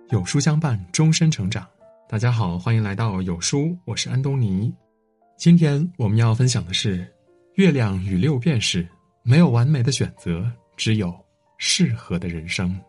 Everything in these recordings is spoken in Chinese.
有书相伴，终身成长。大家好，欢迎来到有书，我是安东尼。今天我们要分享的是月亮与六便士，没有完美的选择，只有适合的人生。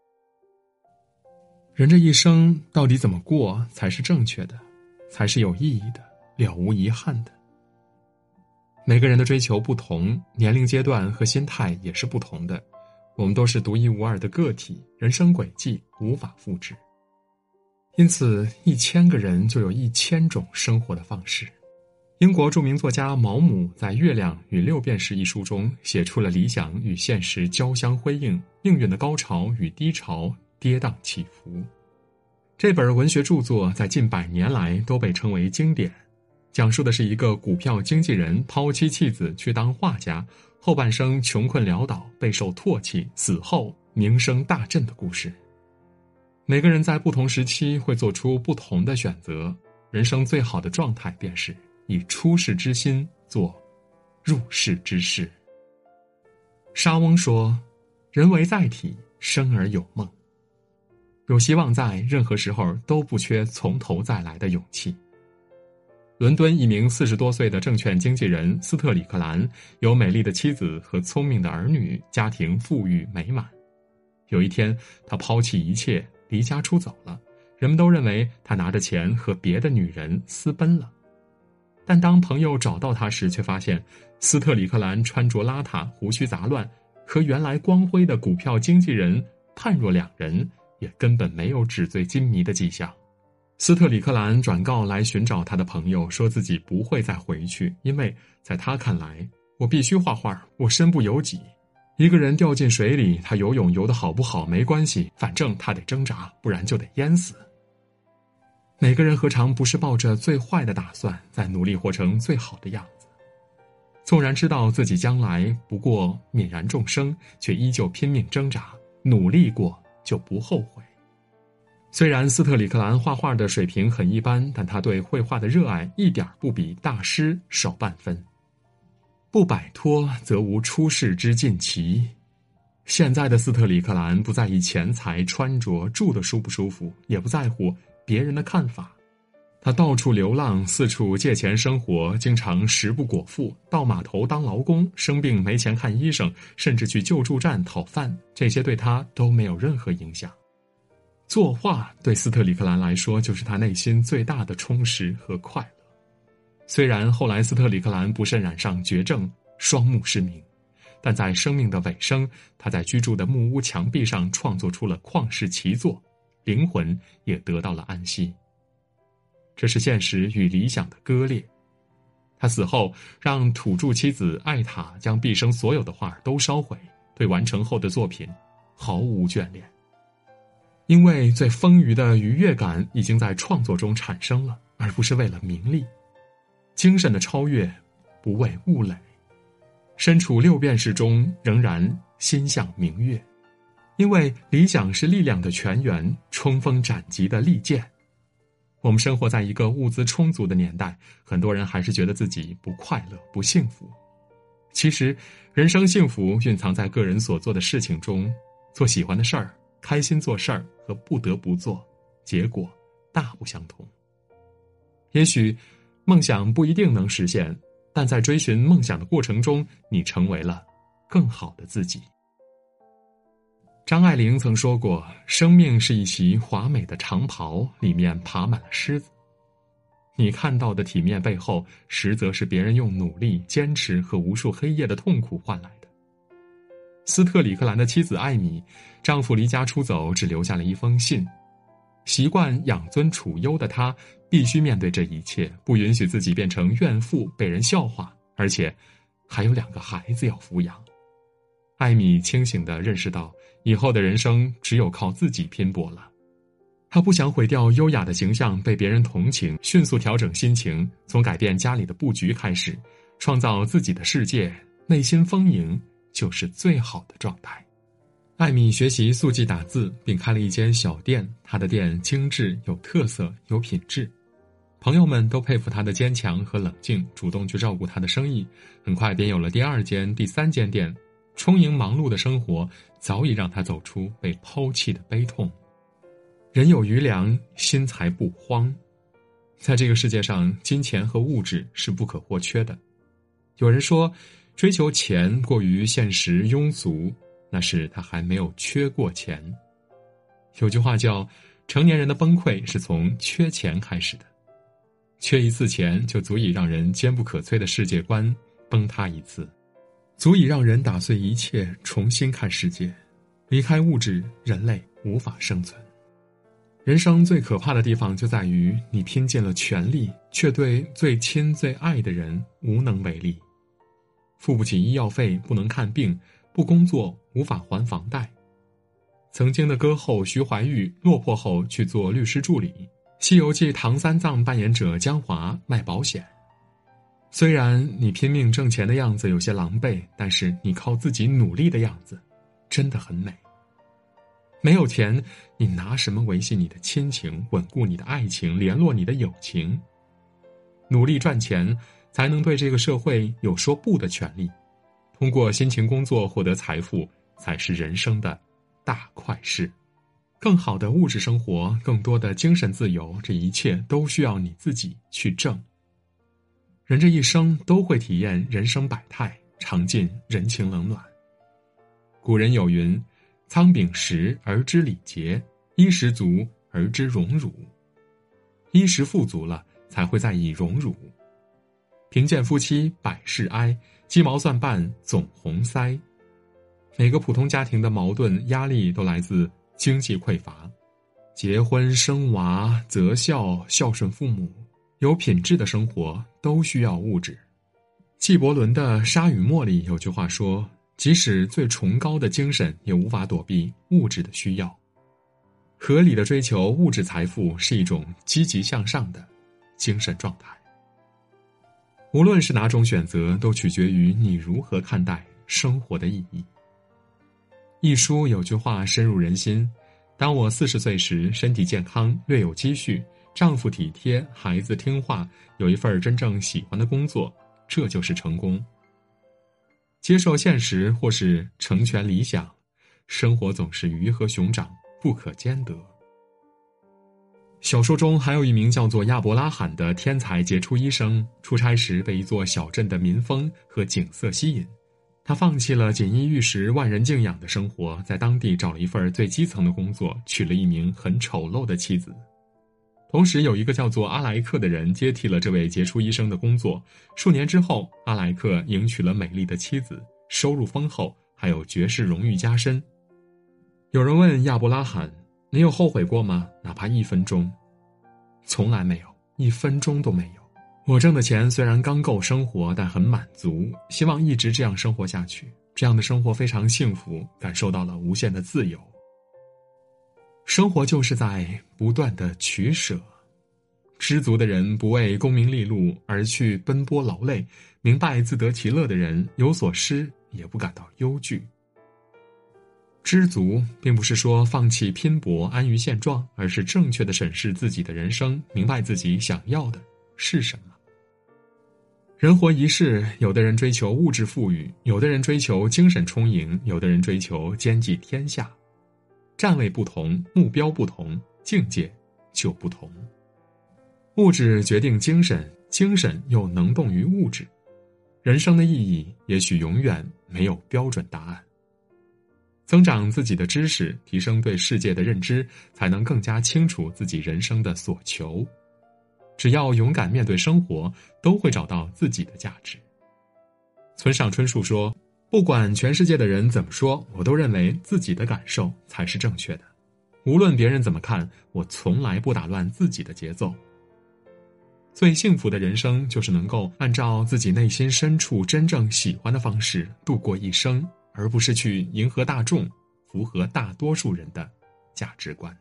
人这一生到底怎么过才是正确的，才是有意义的，了无遗憾的。每个人的追求不同，年龄阶段和心态也是不同的。我们都是独一无二的个体，人生轨迹无法复制。因此，1000个人就有1000种生活的方式。英国著名作家毛姆在《月亮与六便士》一书中写出了理想与现实交相辉映，命运的高潮与低潮跌宕起伏。这本文学著作在近100年来都被称为经典，讲述的是一个股票经纪人抛妻弃子去当画家，后半生穷困潦倒，备受唾弃，死后名声大振的故事。每个人在不同时期会做出不同的选择，人生最好的状态便是以出世之心做入世之事。莎翁说，人为载体，生而有梦。有希望在任何时候都不缺从头再来的勇气。伦敦一名40多岁的证券经纪人斯特里克兰有美丽的妻子和聪明的儿女，家庭富裕美满。有一天，他抛弃一切，离家出走了。人们都认为他拿着钱和别的女人私奔了。但当朋友找到他时，却发现斯特里克兰穿着邋遢，胡须杂乱，和原来光辉的股票经纪人判若两人，也根本没有纸醉金迷的迹象。斯特里克兰转告来寻找他的朋友，说自己不会再回去，因为在他看来，我必须画画，我身不由己。一个人掉进水里，他游泳游得好不好没关系，反正他得挣扎，不然就得淹死。每个人何尝不是抱着最坏的打算，在努力活成最好的样子？纵然知道自己将来不过泯然众生，却依旧拼命挣扎，努力过就不后悔。虽然斯特里克兰画画的水平很一般，但他对绘画的热爱一点不比大师少半分。不摆脱则无出世之近期。现在的斯特里克兰不在意钱财、穿着、住得舒不舒服，也不在乎别人的看法。他到处流浪，四处借钱生活，经常食不果腹，到码头当劳工，生病没钱看医生，甚至去救助站讨饭，这些对他都没有任何影响。作画对斯特里克兰来说就是他内心最大的充实和快乐。虽然后来斯特里克兰不慎染上绝症，双目失明，但在生命的尾声，他在居住的木屋墙壁上创作出了旷世奇作，灵魂也得到了安息。这是现实与理想的割裂。他死后让土著妻子艾塔将毕生所有的画都烧毁，对完成后的作品毫无眷恋。因为最丰腴的愉悦感已经在创作中产生了，而不是为了名利。精神的超越不为物累，身处六便士中仍然心向明月。因为理想是力量的泉源，冲锋斩棘的利剑。我们生活在一个物资充足的年代，很多人还是觉得自己不快乐、不幸福。其实人生幸福蕴藏在个人所做的事情中，做喜欢的事儿，开心做事儿和不得不做，结果大不相同。也许梦想不一定能实现，但在追寻梦想的过程中，你成为了更好的自己。张爱玲曾说过，生命是一袭华美的长袍，里面爬满了虱子。你看到的体面背后，实则是别人用努力、坚持和无数黑夜的痛苦换来的。斯特里克兰的妻子艾米，丈夫离家出走，只留下了一封信。习惯养尊处优的她，必须面对这一切，不允许自己变成怨妇，被人笑话，而且还有2个孩子要抚养。艾米清醒地认识到，以后的人生只有靠自己拼搏了。她不想毁掉优雅的形象，被别人同情，迅速调整心情，从改变家里的布局开始，创造自己的世界，内心丰盈就是最好的状态。艾米学习速记打字，并开了一间小店，她的店精致、有特色、有品质。朋友们都佩服她的坚强和冷静，主动去照顾她的生意，很快便有了第2间、第3间店。充盈忙碌的生活早已让她走出被抛弃的悲痛。 人有余粮，心才不慌。在这个世界上，金钱和物质是不可或缺的。有人说，追求钱过于现实庸俗，那是他还没有缺过钱。有句话叫，成年人的崩溃是从缺钱开始的。缺一次钱，就足以让人坚不可摧的世界观崩塌一次，足以让人打碎一切，重新看世界。离开物质，人类无法生存。人生最可怕的地方就在于，你拼尽了全力，却对最亲最爱的人无能为力。付不起医药费，不能看病，不工作，无法还房贷。曾经的歌后徐怀钰落魄后去做律师助理，《西游记》唐三藏扮演者江华卖保险。虽然你拼命挣钱的样子有些狼狈，但是你靠自己努力的样子真的很美。没有钱，你拿什么维系你的亲情，稳固你的爱情，联络你的友情？努力赚钱，才能对这个社会有说不的权利。通过辛勤工作获得财富，才是人生的大快事。更好的物质生活，更多的精神自由，这一切都需要你自己去挣。人这一生都会体验人生百态，尝尽人情冷暖。古人有云，仓廪实而知礼节，衣食足而知荣辱。衣食富足了，才会在意荣辱。贫贱夫妻百事哀，鸡毛蒜瓣总红腮。每个普通家庭的矛盾压力都来自经济匮乏。结婚生娃择孝孝顺父母，有品质的生活都需要物质。纪伯伦的《沙与沫》里有句话说，即使最崇高的精神也无法躲避物质的需要。合理的追求物质财富是一种积极向上的精神状态。无论是哪种选择，都取决于你如何看待生活的意义。一书有句话深入人心，当我40岁时，身体健康，略有积蓄，丈夫体贴，孩子听话，有一份真正喜欢的工作，这就是成功。接受现实或是成全理想，生活总是鱼和熊掌，不可兼得。小说中还有一名叫做亚伯拉罕的天才杰出医生，出差时被一座小镇的民风和景色吸引，他放弃了锦衣玉食、万人敬仰的生活，在当地找了一份最基层的工作，娶了一名很丑陋的妻子。同时有一个叫做阿莱克的人接替了这位杰出医生的工作，数年之后，阿莱克迎娶了美丽的妻子，收入丰厚，还有爵士荣誉加身。有人问亚伯拉罕，你有后悔过吗？哪怕1分钟？从来没有，1分钟都没有。我挣的钱虽然刚够生活，但很满足，希望一直这样生活下去。这样的生活非常幸福，感受到了无限的自由。生活就是在不断的取舍。知足的人不为功名利禄而去奔波劳累，明白自得其乐的人有所失也不感到忧惧。知足并不是说放弃拼搏安于现状，而是正确的审视自己的人生，明白自己想要的是什么。人活一世，有的人追求物质富裕，有的人追求精神充盈，有的人追求兼济天下。站位不同，目标不同，境界就不同。物质决定精神，精神又能动于物质。人生的意义也许永远没有标准答案。增长自己的知识，提升对世界的认知，才能更加清楚自己人生的所求。只要勇敢面对生活，都会找到自己的价值。村上春树说，不管全世界的人怎么说，我都认为自己的感受才是正确的。无论别人怎么看，我从来不打乱自己的节奏。最幸福的人生，就是能够按照自己内心深处真正喜欢的方式度过一生，而不是去迎合大众，符合大多数人的价值观。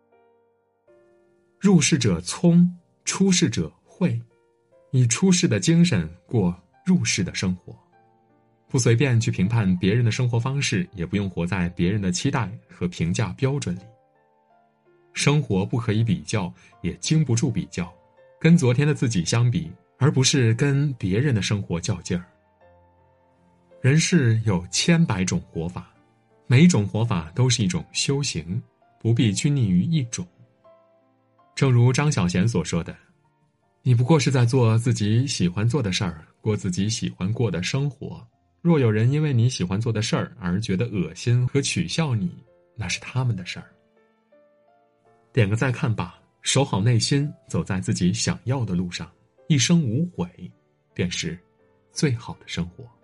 入世者聪，出世者慧，以出世的精神过入世的生活，不随便去评判别人的生活方式，也不用活在别人的期待和评价标准里。生活不可以比较，也经不住比较，跟昨天的自己相比，而不是跟别人的生活较劲儿。人世有千百种活法，每一种活法都是一种修行，不必拘泥于一种。 正如张小娴所说的，你不过是在做自己喜欢做的事儿，过自己喜欢过的生活。若有人因为你喜欢做的事儿而觉得恶心和取笑你，那是他们的事儿。点个再看吧，守好内心，走在自己想要的路上，一生无悔，便是最好的生活。